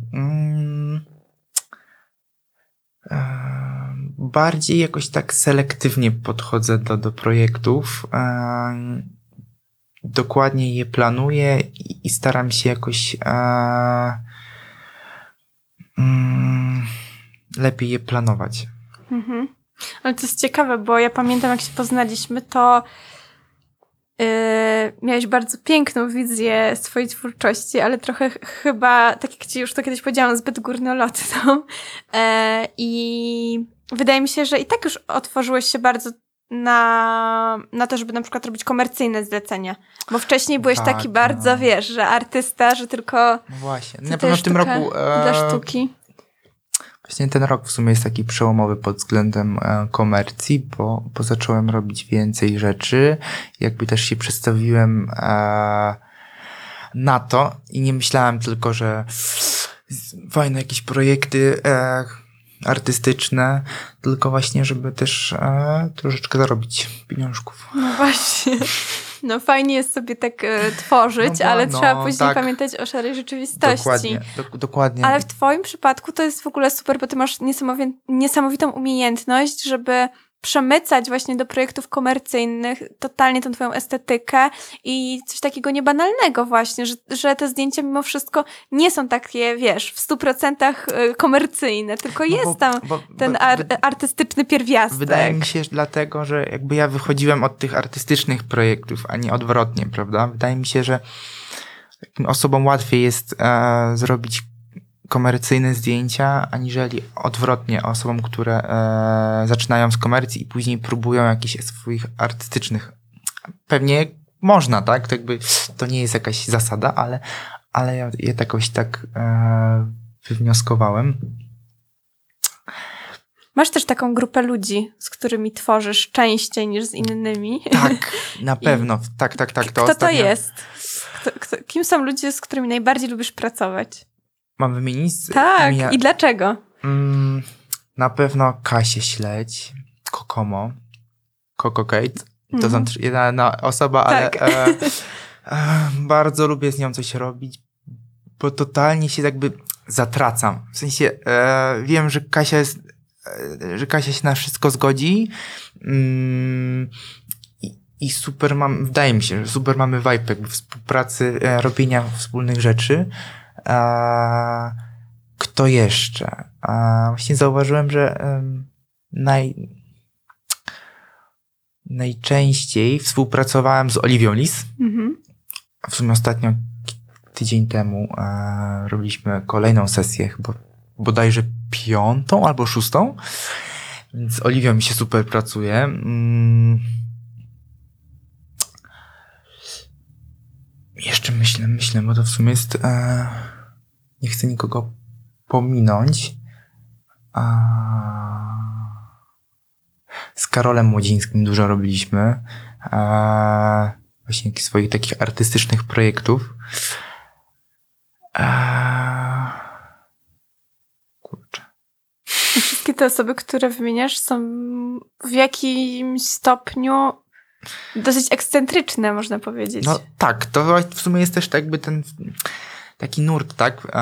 Bardziej jakoś tak selektywnie podchodzę do projektów. Dokładnie je planuję i staram się jakoś lepiej je planować.
Ale to jest ciekawe, bo ja pamiętam, jak się poznaliśmy, to miałeś bardzo piękną wizję swojej twórczości, ale trochę chyba, tak jak ci już to kiedyś powiedziałam, zbyt górnolotną. I wydaje mi się, że i tak już otworzyłeś się bardzo na to, żeby na przykład robić komercyjne zlecenia? Bo wcześniej byłeś
Tak,
taki bardzo, wiesz, że artysta, że tylko
No właśnie. Na
tutaj
pewno w tym
sztukę
roku...
dla sztuki.
Właśnie ten rok w sumie jest taki przełomowy pod względem komercji, bo zacząłem robić więcej rzeczy. Jakby też się przestawiłem na to i nie myślałem tylko, że fajne jakieś projekty artystyczne, tylko właśnie, żeby też troszeczkę zarobić pieniążków.
No właśnie. No fajnie jest sobie tak tworzyć,
No bo-
ale
no,
trzeba później
tak.
pamiętać o szarej rzeczywistości.
Dokładnie, dokładnie.
Ale w twoim przypadku to jest w ogóle super, bo ty masz niesamowitą umiejętność, żeby przemycać właśnie do projektów komercyjnych totalnie tą twoją estetykę i coś takiego niebanalnego właśnie, że te zdjęcia mimo wszystko nie są takie, wiesz, w 100% komercyjne, tylko
No
jest tam ten artystyczny pierwiastek.
Wydaje mi się, że dlatego, że jakby ja wychodziłem od tych artystycznych projektów, a nie odwrotnie, prawda? Wydaje mi się, że takim osobom łatwiej jest zrobić komercyjne zdjęcia, aniżeli odwrotnie osobom, które zaczynają z komercji i później próbują jakichś swoich artystycznych. Pewnie można, tak? To jakby to nie jest jakaś zasada, ale ja jakoś tak wywnioskowałem.
Masz też taką grupę ludzi, z którymi tworzysz częściej niż z innymi.
Tak, na pewno. Tak.
Kto to jest? Kim są ludzie, z którymi najbardziej lubisz pracować?
Mam wymienić?
Tak, i dlaczego?
Na pewno Kasię Śledź, Kokomo, Kokokate. To są jedna osoba,
Tak.
ale bardzo lubię z nią coś robić, bo totalnie się jakby zatracam. W sensie wiem, że Kasia się na wszystko zgodzi i super wydaje mi się, że super mamy vibe jakby współpracy, robienia wspólnych rzeczy. Kto jeszcze? Właśnie zauważyłem, że najczęściej współpracowałem z Oliwią Lis. W sumie ostatnio tydzień temu robiliśmy kolejną sesję, chyba bodajże 5. albo 6. Więc z Oliwią mi się super pracuje. Jeszcze myślę, bo to w sumie jest... nie chcę nikogo pominąć. Z Karolem Młodzińskim dużo robiliśmy. Właśnie jakichś swoich takich artystycznych projektów. Kurczę.
Wszystkie te osoby, które wymieniasz, są w jakimś stopniu dosyć ekscentryczne, można powiedzieć.
No tak, to w sumie jest też jakby ten taki nurt, tak?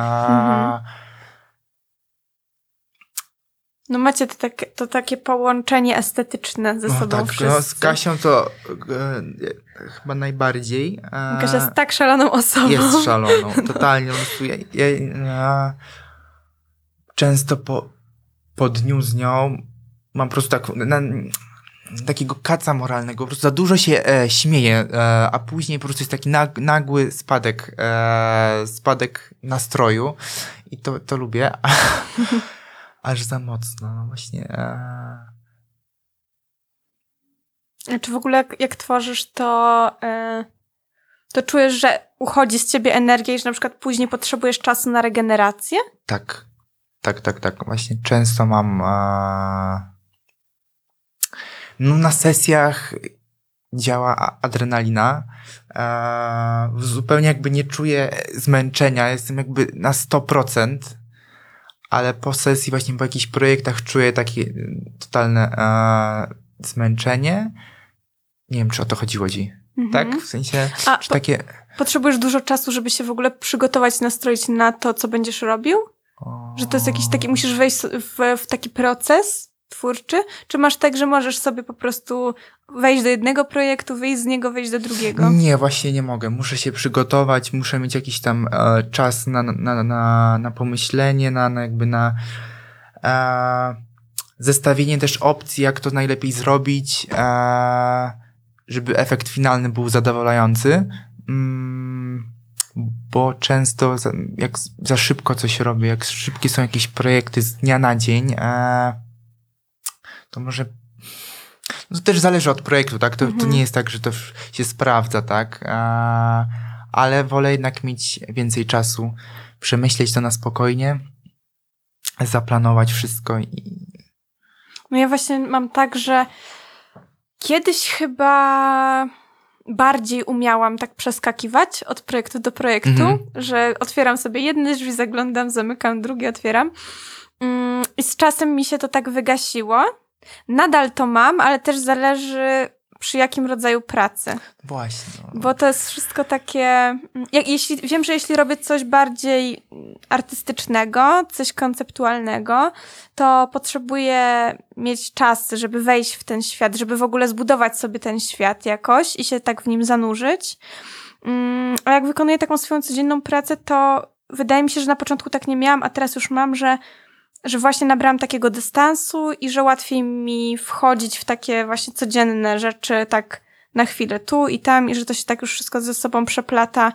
No macie to takie połączenie estetyczne ze sobą
tak,
wszyscy.
no z Kasią to chyba najbardziej.
Kasia jest tak szaloną osobą.
Jest szaloną, totalnie. Ja często po dniu z nią mam po prostu takiego kaca moralnego, po prostu za dużo się śmieję, a później po prostu jest taki nagły spadek nastroju i to lubię, aż za mocno, no właśnie.
Czy w ogóle jak tworzysz, to czujesz, że uchodzi z ciebie energia i że na przykład później potrzebujesz czasu na regenerację?
Tak. Właśnie często mam na sesjach działa adrenalina. Zupełnie jakby nie czuję zmęczenia. Jestem jakby na 100%, ale po sesji właśnie po jakichś projektach czuję takie totalne zmęczenie. Nie wiem, czy o to chodziło ci. Tak? W sensie, czy takie...
Potrzebujesz dużo czasu, żeby się w ogóle przygotować, nastroić na to, co będziesz robił? Że to jest jakiś taki, musisz wejść w taki proces twórczy? Czy masz tak, że możesz sobie po prostu wejść do jednego projektu, wyjść z niego, wejść do drugiego?
Nie, właśnie nie mogę. Muszę się przygotować, muszę mieć jakiś tam czas na pomyślenie, na zestawienie też opcji, jak to najlepiej zrobić, żeby efekt finalny był zadowalający. Bo często jak za szybko coś robię, jak szybkie są jakieś projekty z dnia na dzień, to może To też zależy od projektu, tak? To nie jest tak, że to się sprawdza, tak? Ale wolę jednak mieć więcej czasu, przemyśleć to na spokojnie, zaplanować wszystko i...
No ja właśnie mam tak, że kiedyś chyba bardziej umiałam tak przeskakiwać od projektu do projektu, że otwieram sobie jedne drzwi, zaglądam, zamykam drugie, otwieram. I z czasem mi się to tak wygasiło. Nadal to mam, ale też zależy przy jakim rodzaju pracy.
Właśnie. No.
Bo to jest wszystko takie... Wiem, że jeśli robię coś bardziej artystycznego, coś konceptualnego, to potrzebuję mieć czas, żeby wejść w ten świat, żeby w ogóle zbudować sobie ten świat jakoś i się tak w nim zanurzyć. A jak wykonuję taką swoją codzienną pracę, to wydaje mi się, że na początku tak nie miałam, a teraz już mam, że właśnie nabrałam takiego dystansu i że łatwiej mi wchodzić w takie właśnie codzienne rzeczy tak na chwilę tu i tam i że to się tak już wszystko ze sobą przeplata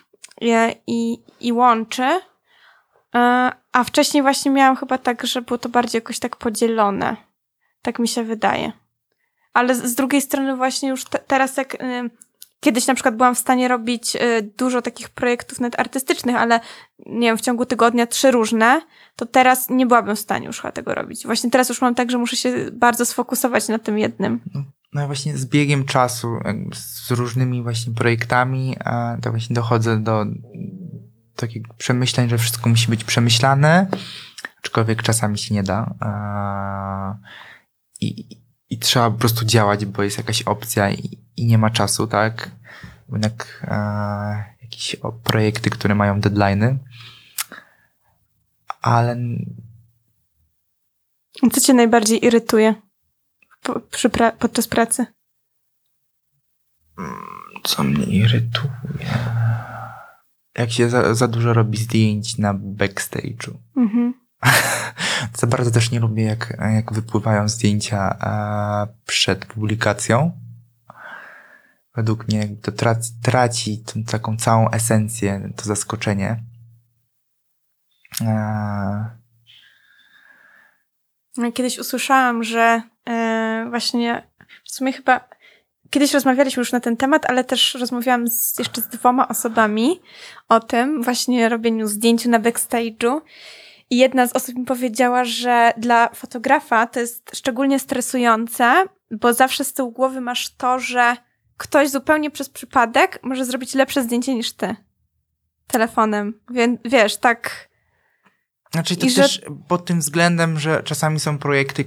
i łączy. A wcześniej właśnie miałam chyba tak, że było to bardziej jakoś tak podzielone. Tak mi się wydaje. Ale z drugiej strony właśnie już teraz jak... Kiedyś na przykład byłam w stanie robić dużo takich projektów nawet artystycznych, ale nie wiem, w ciągu tygodnia 3 różne, to teraz nie byłabym w stanie już chyba tego robić. Właśnie teraz już mam tak, że muszę się bardzo sfokusować na tym jednym.
No i właśnie z biegiem czasu, z różnymi właśnie projektami, to właśnie dochodzę do takich przemyśleń, że wszystko musi być przemyślane, aczkolwiek czasami się nie da. I trzeba po prostu działać, bo jest jakaś opcja i nie ma czasu, tak? Jednak jakieś projekty, które mają deadline'y. Ale...
Co cię najbardziej irytuje podczas pracy?
Co mnie irytuje? Jak się za dużo robi zdjęć na backstage'u. Za bardzo też nie lubię, jak wypływają zdjęcia przed publikacją. Według mnie to traci tą taką całą esencję, to zaskoczenie.
Kiedyś usłyszałam, że właśnie w sumie chyba kiedyś rozmawialiśmy już na ten temat, ale też rozmawiałam jeszcze z 2 osobami o tym właśnie robieniu zdjęć na backstage'u. I jedna z osób mi powiedziała, że dla fotografa to jest szczególnie stresujące, bo zawsze z tyłu głowy masz to, że ktoś zupełnie przez przypadek może zrobić lepsze zdjęcie niż ty. Telefonem. Wiesz, tak...
Znaczy to też pod tym względem, że czasami są projekty,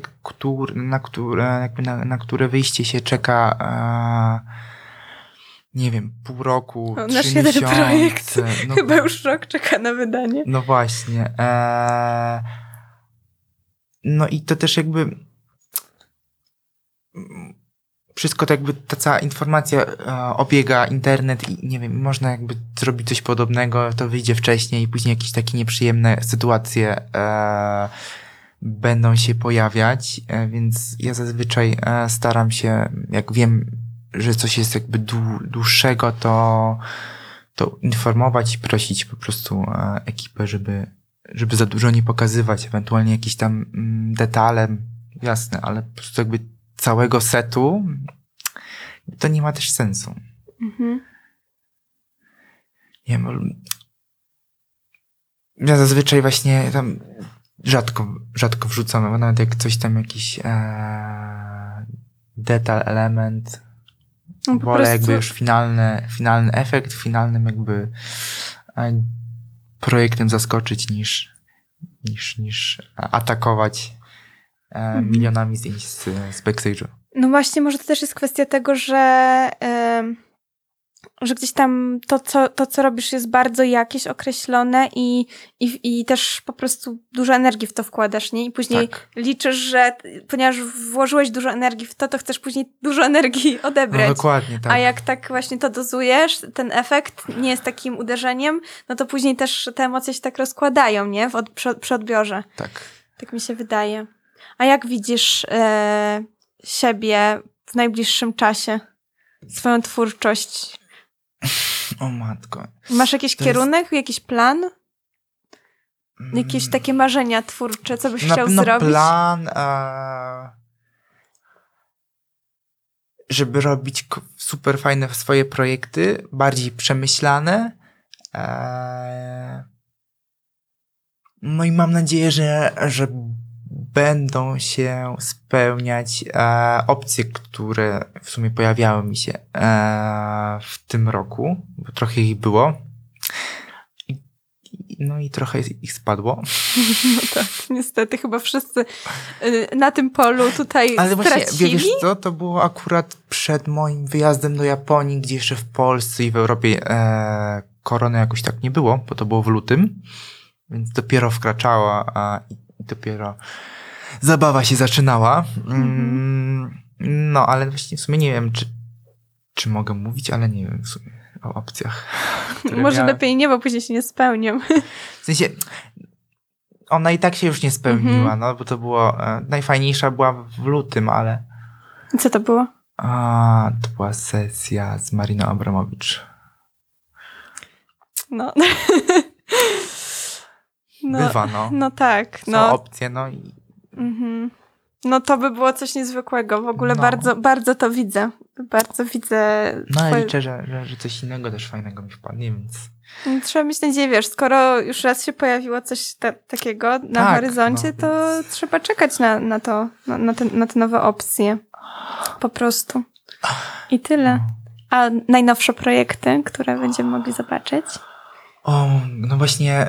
na które wyjście się czeka nie wiem, pół roku, 3
nasz jeden
miesiące.
projekt chyba już rok czeka na wydanie.
No właśnie. No i to też jakby wszystko to jakby ta cała informacja obiega internet i nie wiem, można jakby zrobić coś podobnego, to wyjdzie wcześniej i później jakieś takie nieprzyjemne sytuacje będą się pojawiać, więc ja zazwyczaj staram się, jak wiem, że coś jest jakby dłuższego, to informować i prosić po prostu ekipę, żeby za dużo nie pokazywać, ewentualnie jakieś tam detale, jasne, ale po prostu jakby całego setu to nie ma też sensu. Nie wiem, ja zazwyczaj właśnie tam rzadko wrzucam, bo nawet jak coś tam jakiś detal, element, wolę jakby już finalny efekt, finalnym jakby projektem zaskoczyć niż atakować milionami zdjęć z backstage'u.
No właśnie, może to też jest kwestia tego, że gdzieś tam to, co robisz jest bardzo jakieś określone i też po prostu dużo energii w to wkładasz, nie? I później liczysz, że ponieważ włożyłeś dużo energii w to chcesz później dużo energii odebrać.
No dokładnie, tak.
A jak tak właśnie to dozujesz, ten efekt nie jest takim uderzeniem, no to później też te emocje się tak rozkładają, nie? Przy odbiorze.
Tak.
Tak mi się wydaje. A jak widzisz siebie w najbliższym czasie? Swoją twórczość?
O matko.
Masz jakiś kierunek, jakiś plan? Jakieś takie marzenia twórcze, co byś chciał zrobić?
Plan... żeby robić super fajne swoje projekty, bardziej przemyślane. No i mam nadzieję, że będą się spełniać opcje, które w sumie pojawiały mi się w tym roku, bo trochę ich było. No i trochę ich spadło.
No tak, niestety chyba wszyscy na tym polu tutaj
ale
stracili.
właśnie, wiesz co, to było akurat przed moim wyjazdem do Japonii, gdzie jeszcze w Polsce i w Europie korony jakoś tak nie było, bo to było w lutym, więc dopiero wkraczała i dopiero zabawa się zaczynała. No, ale właśnie w sumie nie wiem, czy mogę mówić, ale nie wiem w sumie o opcjach.
Może lepiej nie, bo później się nie spełnią.
W sensie, ona i tak się już nie spełniła, no, bo to było, najfajniejsza była w lutym, ale...
Co to było?
To była sesja z Mariną Abramowicz.
No.
Bywa, no.
No tak.
Są opcje, no i...
No to by było coś niezwykłego. W ogóle bardzo to widzę. Bardzo widzę...
No ale liczę, że coś innego też fajnego mi wpadnie, więc...
Trzeba mieć nadzieję, wiesz, skoro już raz się pojawiło coś takiego na horyzoncie, to więc... trzeba czekać na te nowe opcje. Po prostu. I tyle. A najnowsze projekty, które będziemy mogli zobaczyć?
No właśnie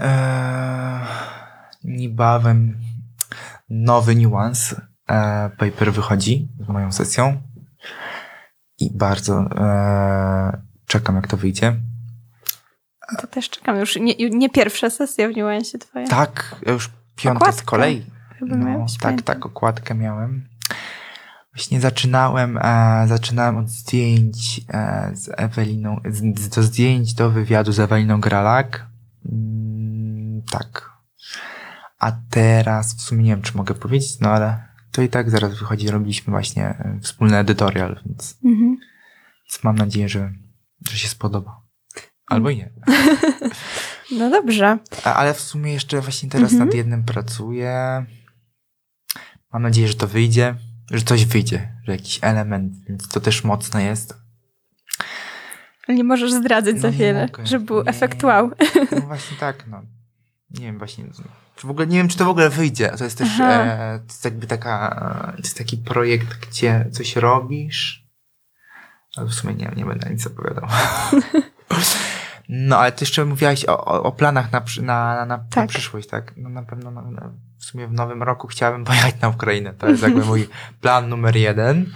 niebawem nowy Nuance paper wychodzi z moją sesją i bardzo czekam, jak to wyjdzie.
To też czekam. Już nie pierwsza sesja w Nuance twoja.
Tak, już piąta z kolei.
No,
tak, okładkę miałem. Właśnie zaczynałem od zdjęć z Eweliną, do zdjęć do wywiadu z Eweliną Gralak. Tak. A teraz w sumie nie wiem, czy mogę powiedzieć, no ale to i tak zaraz wychodzi. Robiliśmy właśnie wspólny edytorial, więc mam nadzieję, że się spodoba. Albo i nie.
No dobrze.
Ale w sumie jeszcze właśnie teraz nad jednym pracuję. Mam nadzieję, że to wyjdzie. Że coś wyjdzie, że jakiś element, więc to też mocne jest.
Nie możesz zdradzać za wiele, żeby był efekt wow.
No właśnie tak, no. Nie wiem właśnie, w ogóle nie wiem, czy to w ogóle wyjdzie. To jest też, to jest jakby to jest taki projekt, gdzie coś robisz, ale w sumie nie będę nic opowiadał. No, ale ty jeszcze mówiłaś o planach na przyszłość, tak? No na pewno w sumie w nowym roku chciałabym pojechać na Ukrainę. To jest jakby mój plan numer 1.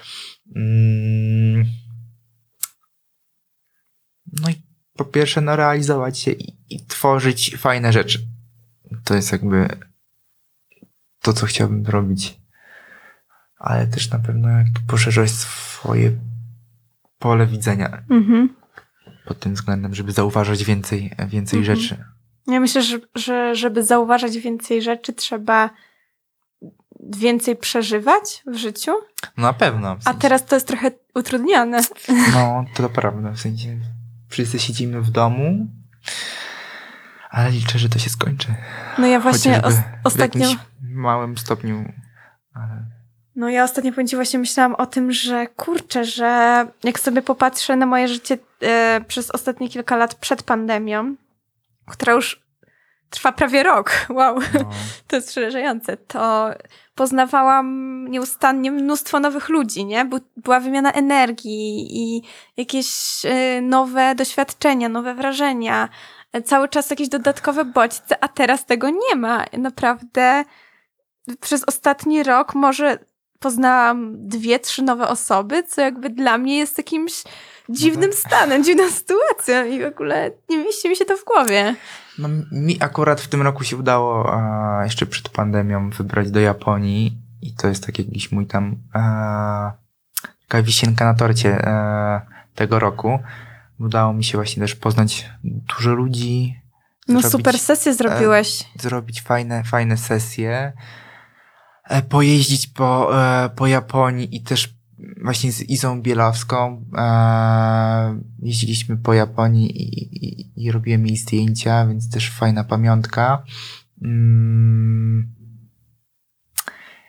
No i po pierwsze realizować się i tworzyć fajne rzeczy. To jest jakby to, co chciałbym robić. Ale też na pewno poszerzać swoje pole widzenia. Pod tym względem, żeby zauważać więcej rzeczy.
Ja myślę, że żeby zauważać więcej rzeczy, trzeba więcej przeżywać w życiu.
No na pewno. W sensie.
A teraz to jest trochę utrudnione.
No, to prawda. W sensie wszyscy siedzimy w domu, ale liczę, że to się skończy.
No ja właśnie ostatnio...
W jakimś małym stopniu, ale...
No ja ostatnio właśnie myślałam o tym, że kurczę, że jak sobie popatrzę na moje życie przez ostatnie kilka lat przed pandemią, która już trwa prawie rok, wow, to jest przerażające, to poznawałam nieustannie mnóstwo nowych ludzi, nie? Była wymiana energii i jakieś nowe doświadczenia, nowe wrażenia, cały czas jakieś dodatkowe bodźce, a teraz tego nie ma. Naprawdę przez ostatni rok może poznałam 2-3 nowe osoby, co jakby dla mnie jest jakimś dziwnym stanem, dziwną sytuacją i w ogóle nie mieści mi się to w głowie.
No, mi akurat w tym roku się udało jeszcze przed pandemią wybrać do Japonii i to jest tak jakiś mój tam taka wisienka na torcie tego roku. Udało mi się właśnie też poznać dużo ludzi.
No super sesję zrobiłeś.
Zrobić fajne sesje. Pojeździć po Japonii i też właśnie z Izą Bielawską jeździliśmy po Japonii i robiłem jej zdjęcia, więc też fajna pamiątka.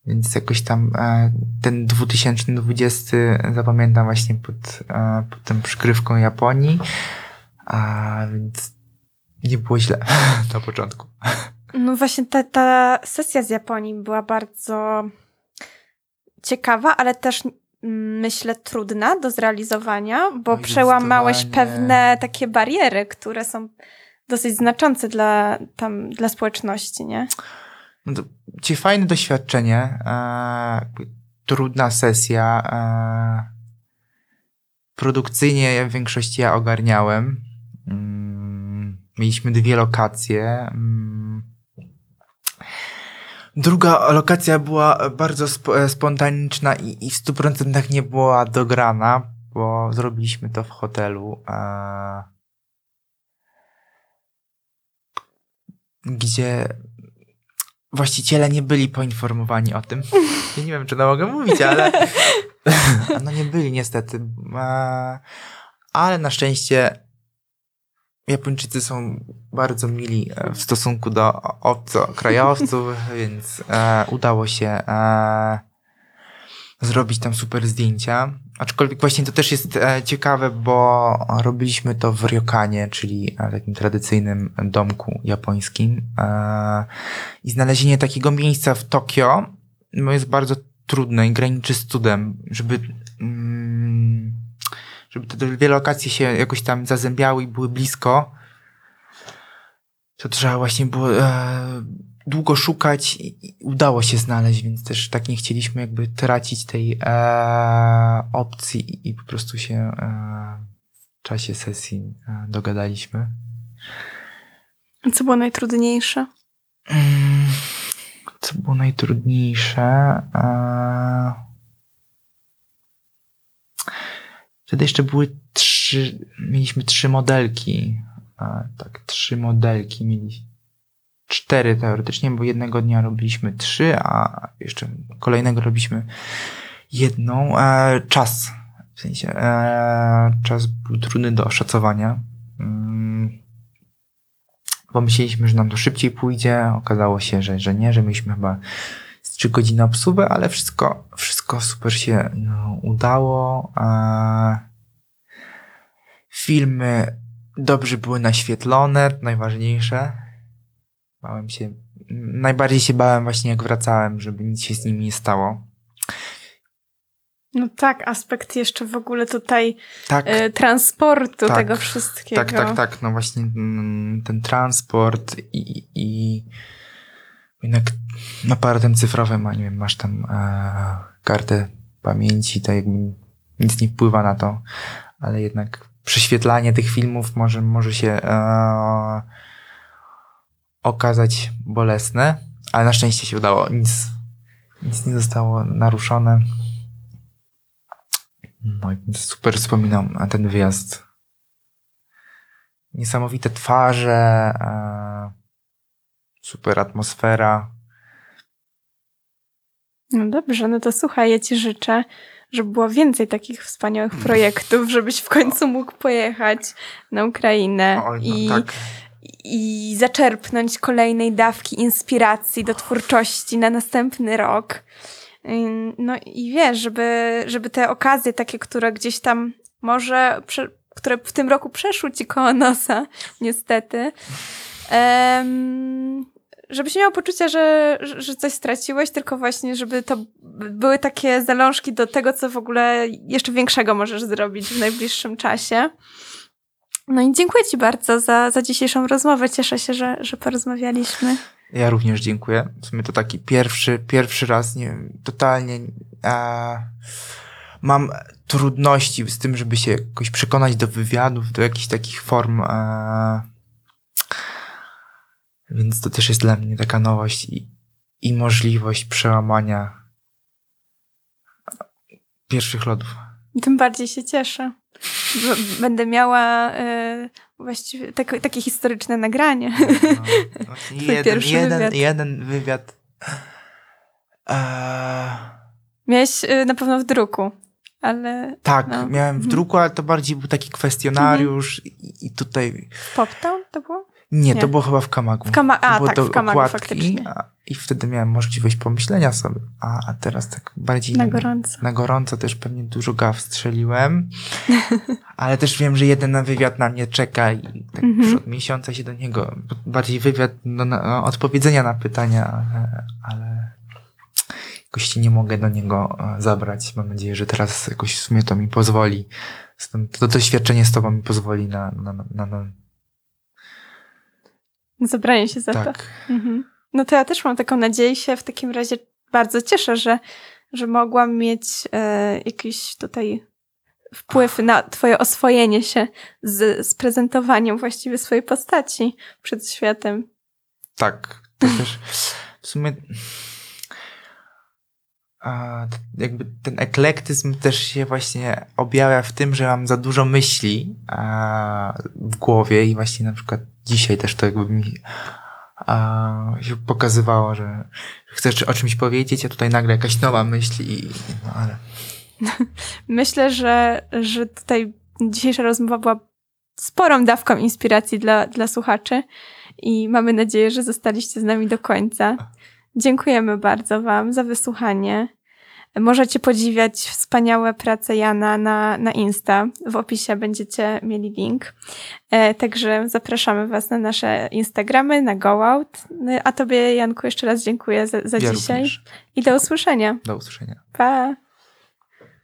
Więc jakoś tam ten 2020 zapamiętam właśnie pod tą przykrywką Japonii. Więc nie było źle na początku.
No właśnie ta sesja z Japonii była bardzo ciekawa, ale też myślę trudna do zrealizowania, bo przełamałeś pewne takie bariery, które są dosyć znaczące dla społeczności, nie?
No to fajne doświadczenie, trudna sesja, produkcyjnie w większości ja ogarniałem. Mieliśmy 2 lokacje. Druga lokacja była bardzo spontaniczna i w 100% nie była dograna, bo zrobiliśmy to w hotelu, gdzie właściciele nie byli poinformowani o tym. Ja nie wiem, czy to mogę mówić, ale no nie byli niestety. Ale na szczęście Japończycy są bardzo mili w stosunku do obcokrajowców, więc udało się zrobić tam super zdjęcia. Aczkolwiek właśnie to też jest ciekawe, bo robiliśmy to w ryokanie, czyli takim tradycyjnym domku japońskim. I znalezienie takiego miejsca w Tokio jest bardzo trudne i graniczy z cudem, żeby te 2 lokacje się jakoś tam zazębiały i były blisko, to trzeba właśnie było długo szukać i udało się znaleźć, więc też tak nie chcieliśmy jakby tracić tej opcji i po prostu się w czasie sesji dogadaliśmy.
Co było najtrudniejsze?
Co było najtrudniejsze? Wtedy jeszcze mieliśmy 3 modelki. Tak, 3 modelki mieliśmy. 4 teoretycznie, bo jednego dnia robiliśmy 3, a jeszcze kolejnego robiliśmy 1. Czas. W sensie czas był trudny do oszacowania. Pomyśleliśmy, że nam to szybciej pójdzie. Okazało się, że nie, że mieliśmy chyba 3 godziny obsługę, ale wszystko super się udało. Filmy dobrze były naświetlone, to najważniejsze. Najbardziej się bałem właśnie jak wracałem, żeby nic się z nimi nie stało.
No tak, aspekt jeszcze w ogóle tutaj transportu tego wszystkiego.
Tak, no właśnie ten transport i jednak aparatem cyfrowym, a nie wiem, masz tam kartę pamięci, to jakby nic nie wpływa na to, ale jednak prześwietlanie tych filmów może się okazać bolesne, ale na szczęście się udało. Nic nie zostało naruszone. No i super wspominam ten wyjazd. Niesamowite twarze, super atmosfera.
No dobrze, no to słuchaj, ja ci życzę, żeby było więcej takich wspaniałych projektów, żebyś w końcu mógł pojechać na Ukrainę i zaczerpnąć kolejnej dawki inspiracji do twórczości na następny rok. No i wiesz, żeby te okazje takie, które gdzieś tam może, które w tym roku przeszły ci koło nosa, niestety, żebyś nie miał poczucia, że coś straciłeś, tylko właśnie, żeby to były takie zalążki do tego, co w ogóle jeszcze większego możesz zrobić w najbliższym czasie. No i dziękuję ci bardzo za dzisiejszą rozmowę. Cieszę się, że porozmawialiśmy.
Ja również dziękuję. W sumie to taki pierwszy raz, nie wiem, totalnie mam trudności z tym, żeby się jakoś przekonać do wywiadów, do jakichś takich form, więc to też jest dla mnie taka nowość i możliwość przełamania pierwszych lodów.
Tym bardziej się cieszę. Będę miała właściwie takie historyczne nagranie.
Jeden wywiad.
Miałeś na pewno w druku, ale...
Tak, miałem w druku, ale to bardziej był taki kwestionariusz i tutaj...
W Poptown to było?
Nie, to było chyba w Kamagu.
W Kamagu faktycznie.
i wtedy miałem możliwość pomyślenia sobie, a teraz tak bardziej na gorąco też pewnie dużo gaff strzeliłem, ale też wiem, że jeden wywiad na mnie czeka i tak już od miesiąca się do niego, bardziej wywiad odpowiedzenia na pytania, ale jakoś się nie mogę do niego zabrać. Mam nadzieję, że teraz jakoś w sumie to mi pozwoli. To doświadczenie z tobą mi pozwoli na
zabranie się za to. No to ja też mam taką nadzieję i się w takim razie bardzo cieszę, że mogłam mieć jakiś tutaj wpływ na twoje oswojenie się z prezentowaniem właściwie swojej postaci przed światem.
Tak. To też w sumie jakby ten eklektyzm też się właśnie objawia w tym, że mam za dużo myśli w głowie i właśnie na przykład dzisiaj też to jakby mi się pokazywało, że chcesz o czymś powiedzieć, a tutaj nagle jakaś nowa myśl ale...
Myślę, że tutaj dzisiejsza rozmowa była sporą dawką inspiracji dla słuchaczy i mamy nadzieję, że zostaliście z nami do końca. Dziękujemy bardzo wam za wysłuchanie. Możecie podziwiać wspaniałe prace Jana na Insta. W opisie będziecie mieli link. Także zapraszamy was na nasze Instagramy, na GoOut. A tobie, Janku, jeszcze raz dziękuję za dzisiaj.
Również.
I do usłyszenia.
Do usłyszenia.
Pa!